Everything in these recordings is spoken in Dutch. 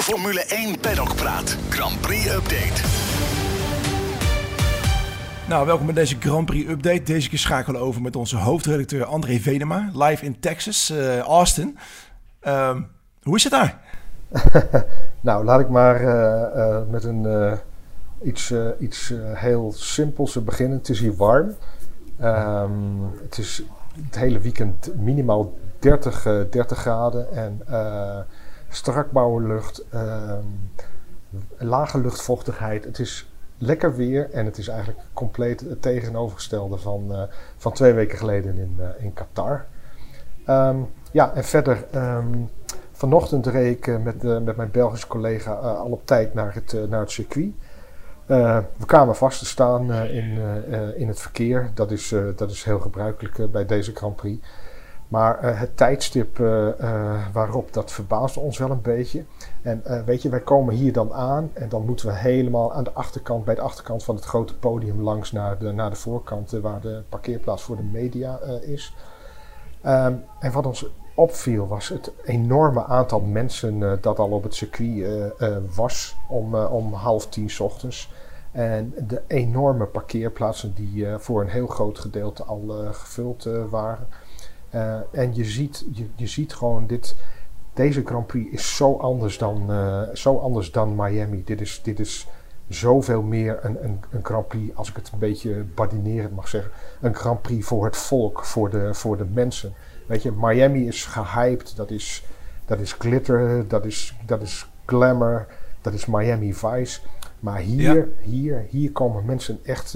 Formule 1 Paddock Praat. Grand Prix Update. Nou, welkom bij deze Grand Prix Update. Deze keer schakelen we over met onze hoofdredacteur André Venema. Live in Texas, Austin. Hoe is het daar? Nou, laat ik maar met een iets heel simpels beginnen. Het is hier warm. Het is het hele weekend minimaal 30 graden en strak blauwe lucht, lage luchtvochtigheid. Het is lekker weer en het is eigenlijk compleet het tegenovergestelde van 2 weken geleden in Qatar. Ja, en verder, vanochtend reed ik met mijn Belgische collega al op tijd naar het circuit. We kwamen vast te staan in het verkeer. Dat is heel gebruikelijk bij deze Grand Prix. Maar het tijdstip waarop, dat verbaasde ons wel een beetje. En weet je, wij komen hier dan aan en dan moeten we helemaal aan de achterkant, bij de achterkant van het grote podium langs naar de voorkant, waar de parkeerplaats voor de media is. En wat ons opviel was het enorme aantal mensen dat al op het circuit was om 9:30 's ochtends. En de enorme parkeerplaatsen die voor een heel groot gedeelte al gevuld waren. En je ziet gewoon deze Grand Prix is zo anders dan Miami. Dit is zoveel meer een Grand Prix, als ik het een beetje badinerend mag zeggen. Een Grand Prix voor het volk, voor de mensen. Weet je, Miami is gehyped, dat is glitter, dat is glamour, dat is Miami Vice. Maar hier komen mensen echt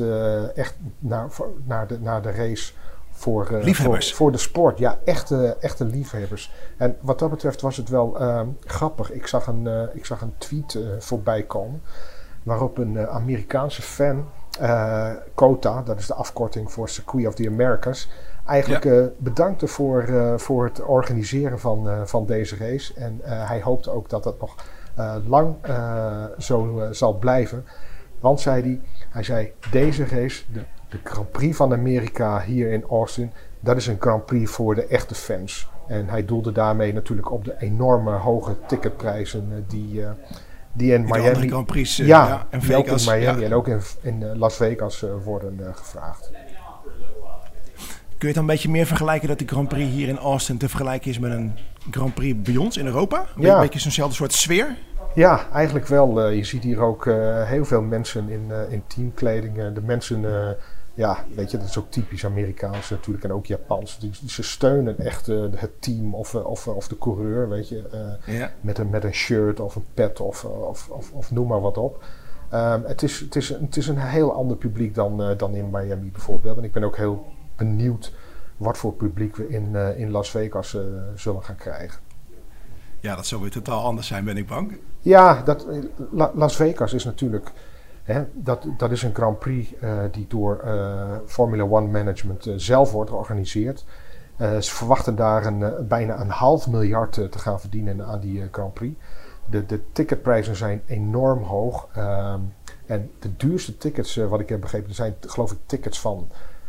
naar de race voor de sport. Ja, echte liefhebbers. En wat dat betreft was het wel grappig. Ik zag een tweet voorbij komen waarop een Amerikaanse fan, COTA, dat is de afkorting voor Circuit of the Americas, eigenlijk bedankte voor het organiseren van deze race. En hij hoopte ook dat dat nog lang zo zal blijven. Want hij zei, deze race, de Grand Prix van Amerika hier in Austin, dat is een Grand Prix voor de echte fans. En hij doelde daarmee natuurlijk op de enorme hoge ticketprijzen die in Miami, Grand Prix, en Vegas, ook in Miami en ook in Las Vegas worden gevraagd. Kun je het dan een beetje meer vergelijken dat die Grand Prix hier in Austin te vergelijken is met een Grand Prix bij ons in Europa? Een beetje zo'nzelfde soort sfeer? Ja, eigenlijk wel. Je ziet hier ook heel veel mensen in teamkleding. De mensen, weet je, dat is ook typisch Amerikaans natuurlijk en ook Japans. Ze steunen echt het team of de coureur, weet je. Met een shirt of een pet of noem maar wat op. Het is een heel ander publiek dan in Miami bijvoorbeeld. En ik ben ook heel benieuwd wat voor publiek we in Las Vegas zullen gaan krijgen. Ja, dat zou weer totaal anders zijn, ben ik bang. Ja, Las Vegas is natuurlijk, dat is een Grand Prix die door Formula 1 Management zelf wordt georganiseerd. Ze verwachten daar bijna $500 miljoen te gaan verdienen aan die Grand Prix. De ticketprijzen zijn enorm hoog. En de duurste tickets, wat ik heb begrepen, er zijn geloof ik tickets van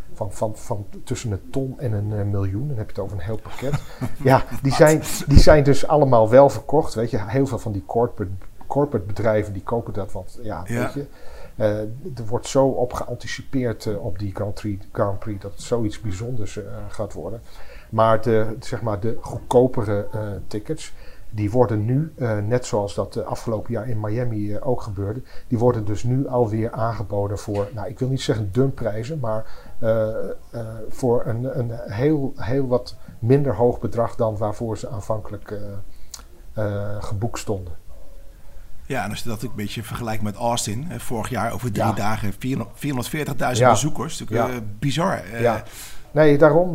tussen een ton en $1 miljoen. Dan heb je het over een heel pakket. Ja, die zijn dus allemaal wel verkocht. Weet je, heel veel van die corporate bedrijven die kopen dat. Want weet je, er wordt zo op geanticipeerd op die Grand Prix dat het zoiets bijzonders gaat worden. Maar de goedkopere tickets, die worden nu, net zoals dat afgelopen jaar in Miami ook gebeurde, die worden dus nu alweer aangeboden voor, ik wil niet zeggen dumpprijzen, maar voor een heel wat minder hoog bedrag dan waarvoor ze aanvankelijk geboekt stonden. Ja, en als je dat een beetje vergelijkt met Austin, vorig jaar over 3 dagen 440.000 bezoekers, natuurlijk bizar. Nee, daarom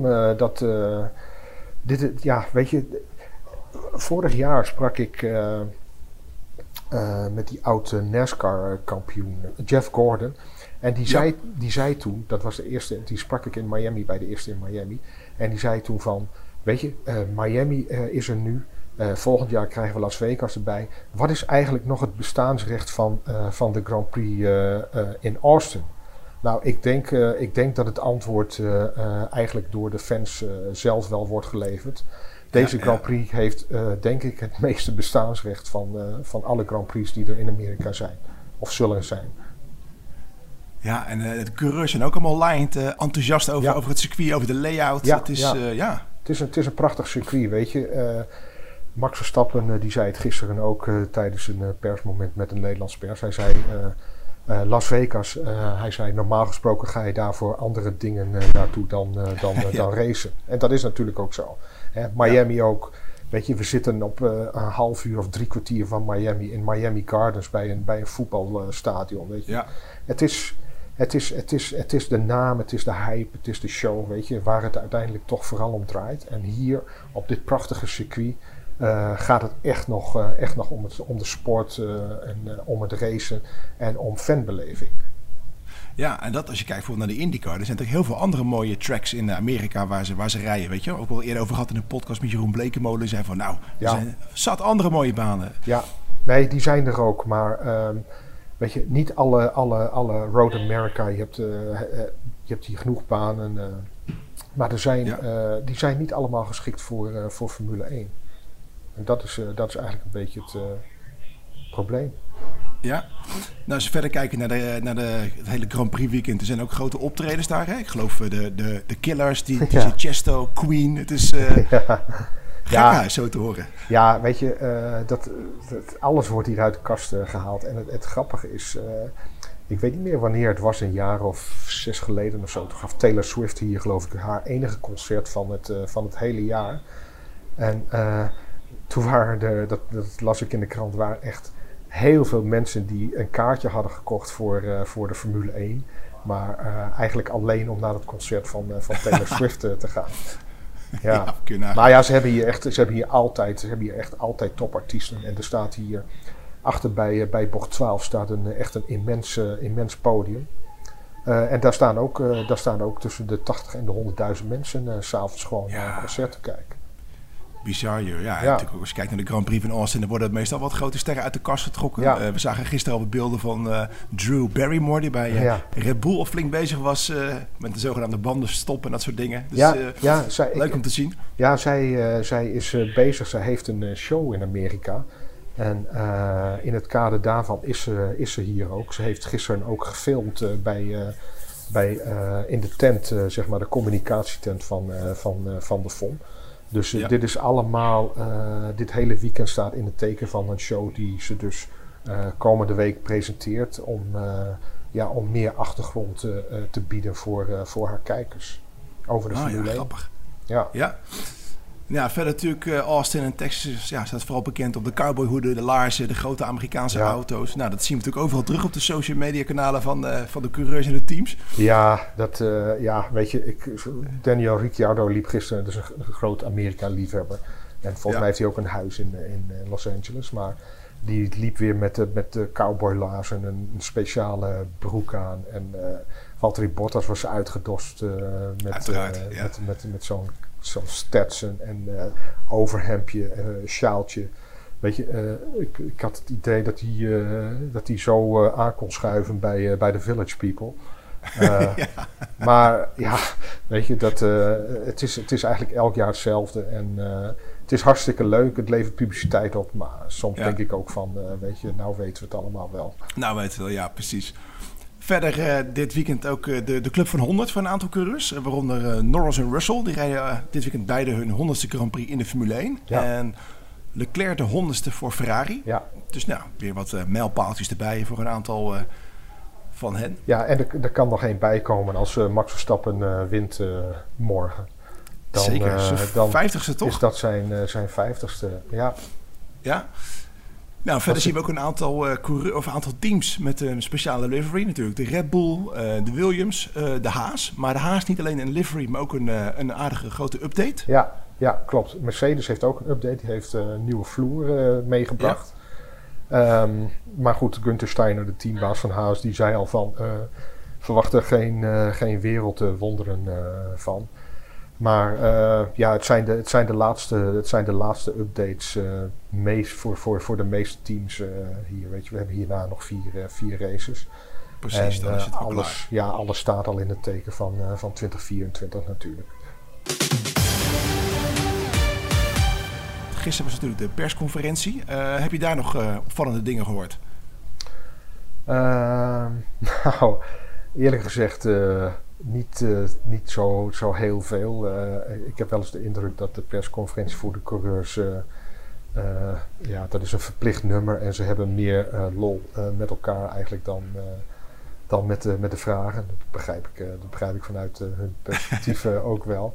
weet je, vorig jaar sprak ik met die oude NASCAR-kampioen Jeff Gordon. En die zei toen, dat was de eerste, die sprak ik in Miami bij de eerste in Miami. En die zei toen van, weet je, Miami is er nu. Volgend jaar krijgen we Las Vegas erbij. Wat is eigenlijk nog het bestaansrecht van de Grand Prix in Austin? Nou, ik denk dat het antwoord eigenlijk door de fans zelf wel wordt geleverd. Deze Grand Prix heeft, denk ik, het meeste bestaansrecht van alle Grand Prix die er in Amerika zijn. Of zullen zijn. Ja, en de coureurs zijn ook allemaal lijnd enthousiast over het circuit, over de layout. Ja, het is, Het is een prachtig circuit, weet je. Max Verstappen die zei het gisteren ook tijdens een persmoment met een Nederlands pers. Hij zei, Las Vegas, hij zei normaal gesproken ga je daar voor andere dingen naartoe dan racen. En dat is natuurlijk ook zo. Miami ook. Weet je, we zitten op een half uur of 3 kwartier van Miami in Miami Gardens bij een voetbalstadion. Weet je. Ja. Het is de naam, het is de hype, het is de show, weet je, waar het uiteindelijk toch vooral om draait. En hier op dit prachtige circuit gaat het echt nog om de sport en om het racen en om fanbeleving. Ja, en dat als je kijkt bijvoorbeeld naar de IndyCar, er zijn toch heel veel andere mooie tracks in Amerika waar ze rijden, weet je. Ook wel eerder over gehad in een podcast met Jeroen Blekemolen. Zei van, er zijn zat andere mooie banen. Ja, nee, die zijn er ook, maar weet je, niet alle Road America, je hebt hier genoeg banen, maar die zijn niet allemaal geschikt voor Formule 1. En dat is eigenlijk een beetje het probleem. Ja, nou als we verder kijken naar het hele Grand Prix weekend, er zijn ook grote optredens daar. Hè? Ik geloof de Killers, DJ Chesto, Queen, het is gekhuis zo te horen. Ja, weet je, dat alles wordt hier uit de kast gehaald. En het grappige is, ik weet niet meer wanneer het was, een jaar of 6 geleden of zo. Toen gaf Taylor Swift hier geloof ik haar enige concert van het hele jaar. En toen waren dat las ik in de krant, waren echt heel veel mensen die een kaartje hadden gekocht voor de Formule 1. Maar eigenlijk alleen om naar het concert van Taylor Swift te gaan. Ja. Maar ja, ze hebben hier echt altijd topartiesten. En er staat hier achter bij bocht 12 staat echt een immens podium. En daar staan ook tussen de 80 en de 100.000 mensen 's avonds gewoon naar een concert te kijken. Bizar, ja. Natuurlijk ook als je kijkt naar de Grand Prix van Austin, dan worden meestal wat grote sterren uit de kast getrokken. Ja. We zagen gisteren al de beelden van Drew Barrymore, die bij Red Bull al flink bezig was met de zogenaamde bandenstop en dat soort dingen. Dus leuk om te zien. Ja, zij is bezig. Zij heeft een show in Amerika. En in het kader daarvan is ze hier ook. Ze heeft gisteren ook gefilmd in de tent, zeg maar de communicatietent van de FOM. Dus dit is allemaal, dit hele weekend staat in het teken van een show die ze dus komende week presenteert om meer achtergrond te bieden voor haar kijkers over de Formule 1. Grappig. Ja, verder natuurlijk Austin en Texas staat vooral bekend op de cowboyhoeden, de laarzen, de grote Amerikaanse auto's. Nou, dat zien we natuurlijk overal terug op de social media kanalen van de coureurs en de teams. Ja, weet je, Daniel Ricciardo liep gisteren, dat is een groot Amerika-liefhebber. En volgens mij heeft hij ook een huis in Los Angeles, maar die liep weer met de cowboylaarzen en een speciale broek aan. En Valtteri Bottas was uitgedost met zo'n Stetson en overhemdje, sjaaltje. Weet je, ik had het idee dat hij zo aan kon schuiven bij de Village People. Maar ja, weet je, het is eigenlijk elk jaar hetzelfde. En het is hartstikke leuk, het levert publiciteit op. Maar soms denk ik ook van, weet je, nou weten we het allemaal wel. Nou weten we wel, ja, precies. Verder dit weekend ook de Club van 100 voor een aantal coureurs. Waaronder Norris en Russell. Die rijden dit weekend beide hun 100ste Grand Prix in de Formule 1. Ja. En Leclerc de 100ste voor Ferrari. Ja. Dus nou, weer wat mijlpaaltjes erbij voor een aantal van hen. Ja, en er kan nog één bij komen als Max Verstappen wint morgen. Dan, zeker, dan 50ste toch? Is dat zijn 50ste, ja. Ja. Nou, verder zien we ook een aantal teams met een speciale livery. Natuurlijk de Red Bull, de Williams, de Haas. Maar de Haas niet alleen een livery, maar ook een aardige grote update. Ja, klopt. Mercedes heeft ook een update. Die heeft een nieuwe vloer meegebracht. Ja. Maar goed, Günther Steiner, de teambaas van Haas, die zei al van... verwacht er geen wereldwonderen van. Maar het zijn de laatste updates voor de meeste teams hier. Weet je, we hebben hierna nog vier races. Precies, dan is het wel alles, klaar. Ja, alles staat al in het teken van 2024 natuurlijk. gisteren was natuurlijk de persconferentie. Heb je daar nog opvallende dingen gehoord? Nou, eerlijk gezegd niet zo heel veel. Ik heb wel eens de indruk dat de persconferentie voor de coureurs... dat is een verplicht nummer en ze hebben meer lol met elkaar eigenlijk dan met de vragen. Dat begrijp ik vanuit hun perspectief ook wel.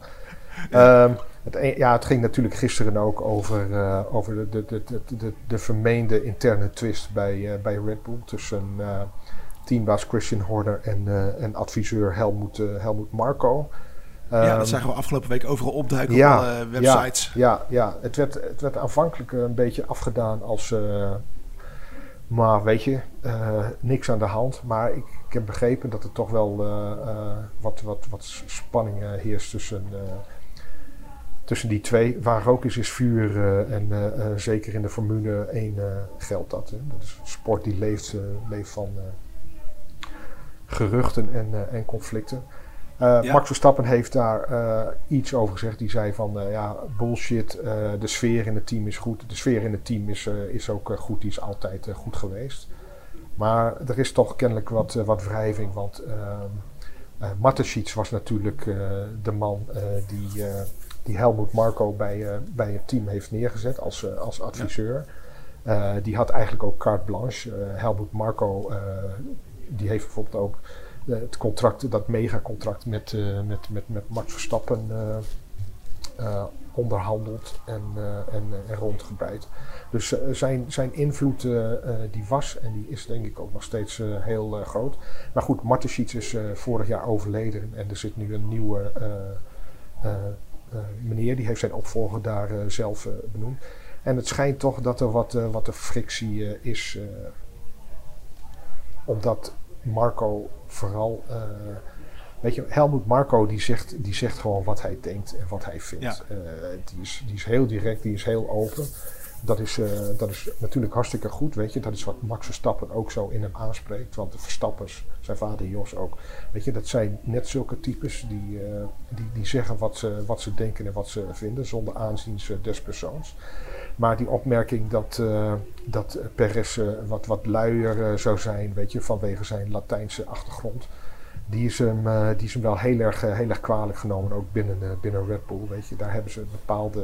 Het ging natuurlijk gisteren ook over de vermeende interne twist bij Red Bull tussen teambaas Christian Horner en adviseur Helmut Marko. Dat zagen we afgelopen week overal opduiken op alle websites. Ja. Het werd aanvankelijk een beetje afgedaan als... maar weet je, niks aan de hand. Maar ik heb begrepen dat er toch wel wat spanning heerst tussen die twee. Waar rook is vuur. En zeker in de Formule 1 geldt dat. Hè. Dat is een sport die leeft van geruchten en conflicten. Max Verstappen heeft daar iets over gezegd. Die zei van, bullshit, de sfeer in het team is goed. De sfeer in het team is ook goed, die is altijd goed geweest. Maar er is toch kennelijk wat wrijving. Want Mateschitz was natuurlijk de man die Helmut Marko bij het team heeft neergezet als adviseur. Die had eigenlijk ook carte blanche. Helmut Marko, die heeft bijvoorbeeld ook... het contract, dat megacontract met Max Verstappen onderhandeld en rondgebreid. Dus zijn invloed die was en die is denk ik ook nog steeds heel groot. Maar goed, Mateschitz is vorig jaar overleden en er zit nu een nieuwe meneer. Die heeft zijn opvolger daar zelf benoemd. En het schijnt toch dat er wat de frictie is. Omdat Marko vooral... weet je, Helmut Marko die zegt gewoon wat hij denkt en wat hij vindt. Ja. Die is heel direct, die is heel open. Dat is natuurlijk hartstikke goed, weet je. Dat is wat Max Verstappen ook zo in hem aanspreekt. Want de Verstappers, zijn vader Jos ook. Weet je, dat zijn net zulke types die zeggen wat ze denken en wat ze vinden. Zonder aanzien des persoons. Maar die opmerking dat Perez wat luier zou zijn, weet je, vanwege zijn Latijnse achtergrond. Die is hem wel heel erg kwalijk genomen, ook binnen Red Bull. Weet je. Daar hebben ze bepaalde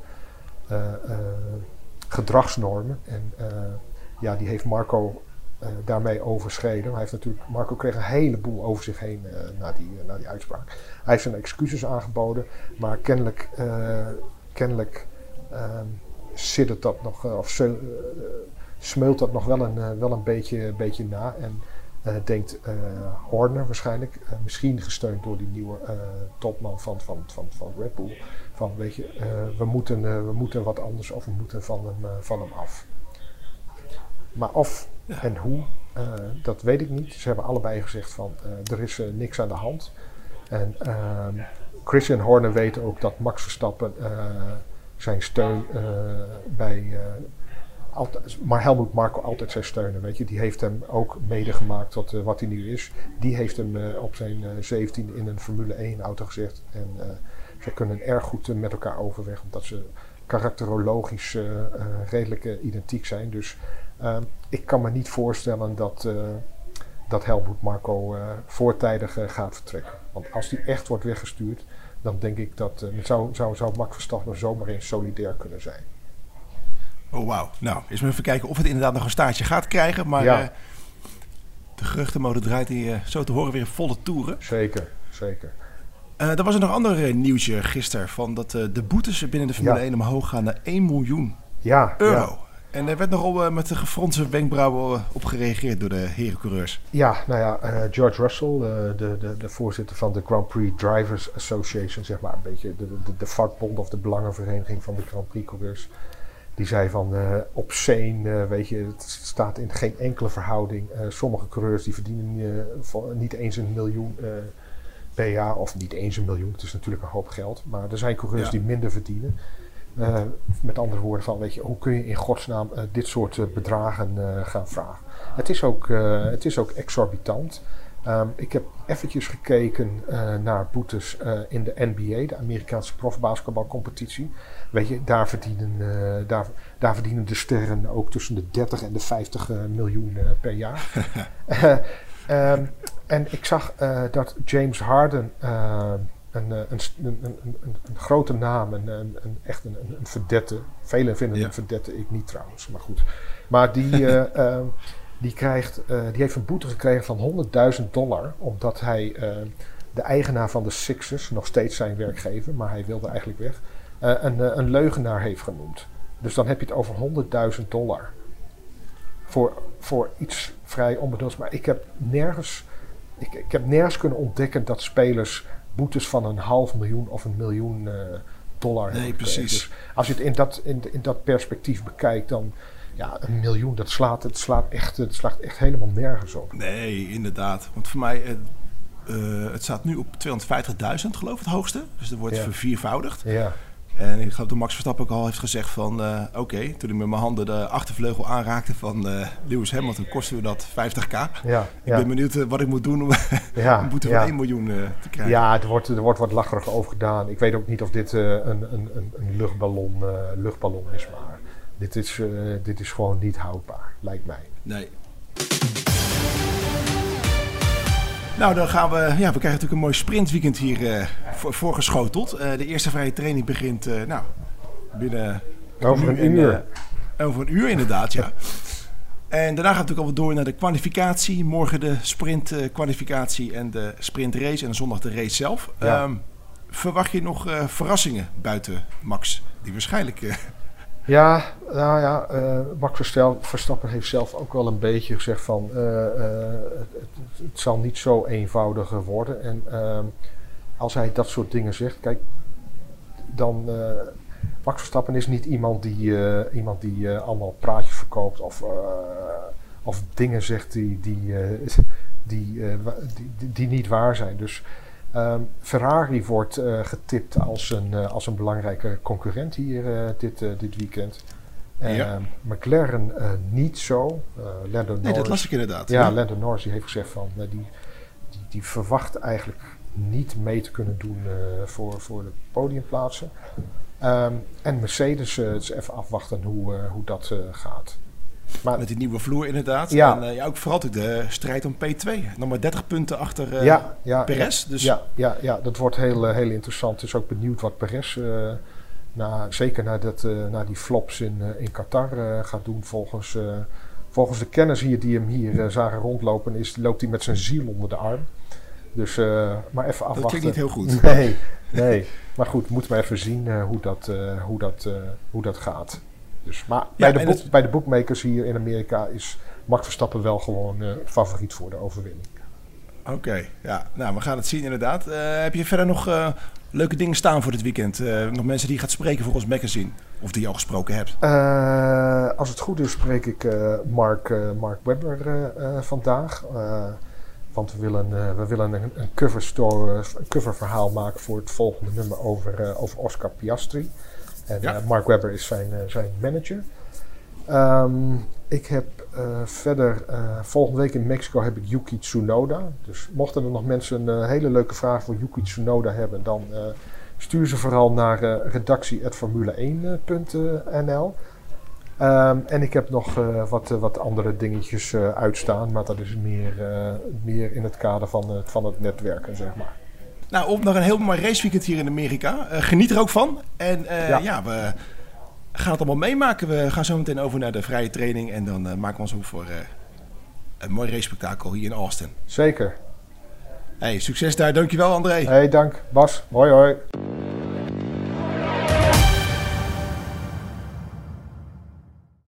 gedragsnormen. En die heeft Marko daarmee overschreden. Marko kreeg een heleboel over zich heen na die uitspraak. Hij heeft zijn excuses aangeboden, maar kennelijk siddert dat nog, smeult dat nog wel een beetje na. En denkt Horner waarschijnlijk, misschien gesteund door die nieuwe topman van Red Bull, van weet je, we moeten wat anders of we moeten van hem af. Maar of en hoe, dat weet ik niet. Ze hebben allebei gezegd van er is niks aan de hand. En Christian Horner weet ook dat Max Verstappen zijn steun maar Helmut Marko altijd zijn steunen, weet je. Die heeft hem ook medegemaakt tot wat hij nu is. Die heeft hem op zijn 17 in een Formule 1 auto gezet. En ze kunnen erg goed met elkaar overweg, omdat ze karakterologisch redelijk identiek zijn. Dus ik kan me niet voorstellen dat Helmut Marko voortijdig gaat vertrekken. Want als die echt wordt weggestuurd, dan denk ik dat zou Max Verstappen zomaar eens solidair kunnen zijn. Oh, wauw. Nou, eens maar even kijken of het inderdaad nog een staartje gaat krijgen. Maar de geruchtenmode draait hier zo te horen weer volle toeren. Zeker. Er was er nog ander nieuwsje gisteren van dat de boetes binnen de Formule 1 omhoog gaan naar 1 miljoen euro. Ja. En er werd nogal met de gefronste wenkbrauwen op gereageerd door de herencoureurs. Ja, George Russell, de voorzitter van de Grand Prix Drivers Association, zeg maar een beetje de vakbond of de belangenvereniging van de Grand Prix coureurs. Die zei van obscene, weet je, het staat in geen enkele verhouding. Sommige coureurs die verdienen niet eens $1 miljoen per jaar, of niet eens $1 miljoen, het is natuurlijk een hoop geld. Maar er zijn coureurs die minder verdienen. Met andere woorden van, weet je, hoe kun je in godsnaam dit soort bedragen gaan vragen? Het is ook exorbitant. Ik heb eventjes gekeken naar boetes in de NBA, de Amerikaanse profbasketbalcompetitie. Weet je, daar verdienen de sterren ook tussen de 30 en de 50 miljoen per jaar. En ik zag dat James Harden, een grote naam, echt een verdette. Velen vinden een verdette, ik niet trouwens, maar goed. Maar die heeft een boete gekregen van $100.000 omdat hij de eigenaar van de Sixers, nog steeds zijn werkgever, maar hij wilde eigenlijk weg, een leugenaar heeft genoemd. Dus dan heb je het over $100.000 voor iets vrij onbedoels. Maar ik heb nergens kunnen ontdekken dat spelers boetes van $500.000 of $1 miljoen Nee, precies. Dus als je het in dat perspectief bekijkt, dan ja, $1 miljoen, dat slaat echt helemaal nergens op. Nee, inderdaad. Want voor mij, het staat nu op 250.000 geloof ik, het hoogste. Dus dat wordt verviervoudigd. Ja. En ik geloof dat Max Verstappen ook al heeft gezegd van... Oké, toen ik met mijn handen de achtervleugel aanraakte van Lewis Hamilton... kostte we dat 50.000. Ik ben benieuwd wat ik moet doen om een boete van $1 miljoen te krijgen. Ja, er wordt wat lacherig over gedaan. Ik weet ook niet of dit een luchtballon is, maar dit is gewoon niet houdbaar, lijkt mij. Nee. Nou, dan gaan we... Ja, we krijgen natuurlijk een mooi sprintweekend hier voorgeschoteld. De eerste vrije training begint binnen... Over een uur. Over een uur inderdaad, ja. En daarna gaat het natuurlijk al door naar de kwalificatie. Morgen de sprintkwalificatie en de sprintrace. En zondag de race zelf. Ja. Verwacht je nog verrassingen buiten Max? Die waarschijnlijk... Max Verstappen heeft zelf ook wel een beetje gezegd van het zal niet zo eenvoudig worden. En als hij dat soort dingen zegt, kijk, dan Max Verstappen is niet iemand die allemaal praatjes verkoopt of dingen zegt die niet waar zijn. Dus Ferrari wordt getipt als een belangrijke concurrent hier dit weekend. McLaren niet zo. Lando Norris, dat las ik inderdaad. Ja, Lando Norris heeft gezegd van die verwacht eigenlijk niet mee te kunnen doen voor de podiumplaatsen. En Mercedes, het is even afwachten hoe dat gaat. Maar, met die nieuwe vloer inderdaad. Ja. En ook vooral de strijd om P2. Nog maar 30 punten achter Perez. Ja, dus. Ja, dat wordt heel interessant. Dus ook benieuwd wat Perez, zeker na die flops in Qatar, gaat doen. Volgens de kenners hier die hem hier zagen rondlopen, loopt hij met zijn ziel onder de arm. Dus maar even afwachten. Dat klinkt niet heel goed. Nee. Maar goed, moeten we even zien hoe dat gaat. Dus, maar bij de bookmakers hier in Amerika is Max Verstappen wel gewoon favoriet voor de overwinning. Oké, ja. Nou, we gaan het zien inderdaad. Heb je verder nog leuke dingen staan voor dit weekend? Nog mensen die je gaat spreken voor ons magazine? Of die je al gesproken hebt? Als het goed is spreek ik Mark Webber vandaag. Want we willen een coververhaal maken voor het volgende nummer over Oscar Piastri. En Mark Webber is zijn manager. Ik heb verder, volgende week in Mexico heb ik Yuki Tsunoda. Dus mochten er nog mensen een hele leuke vraag voor Yuki Tsunoda hebben, dan stuur ze vooral naar redactie@formule1.nl. En ik heb nog wat andere dingetjes uitstaan, maar dat is meer in het kader van het netwerken, zeg maar. Nou, op naar een heel mooi raceweekend hier in Amerika. Geniet er ook van. En we gaan het allemaal meemaken. We gaan zo meteen over naar de vrije training. En dan maken we ons op voor een mooi racespektakel hier in Austin. Zeker. Hey, succes daar. Dankjewel, André. Hey, dank. Bas. Hoi.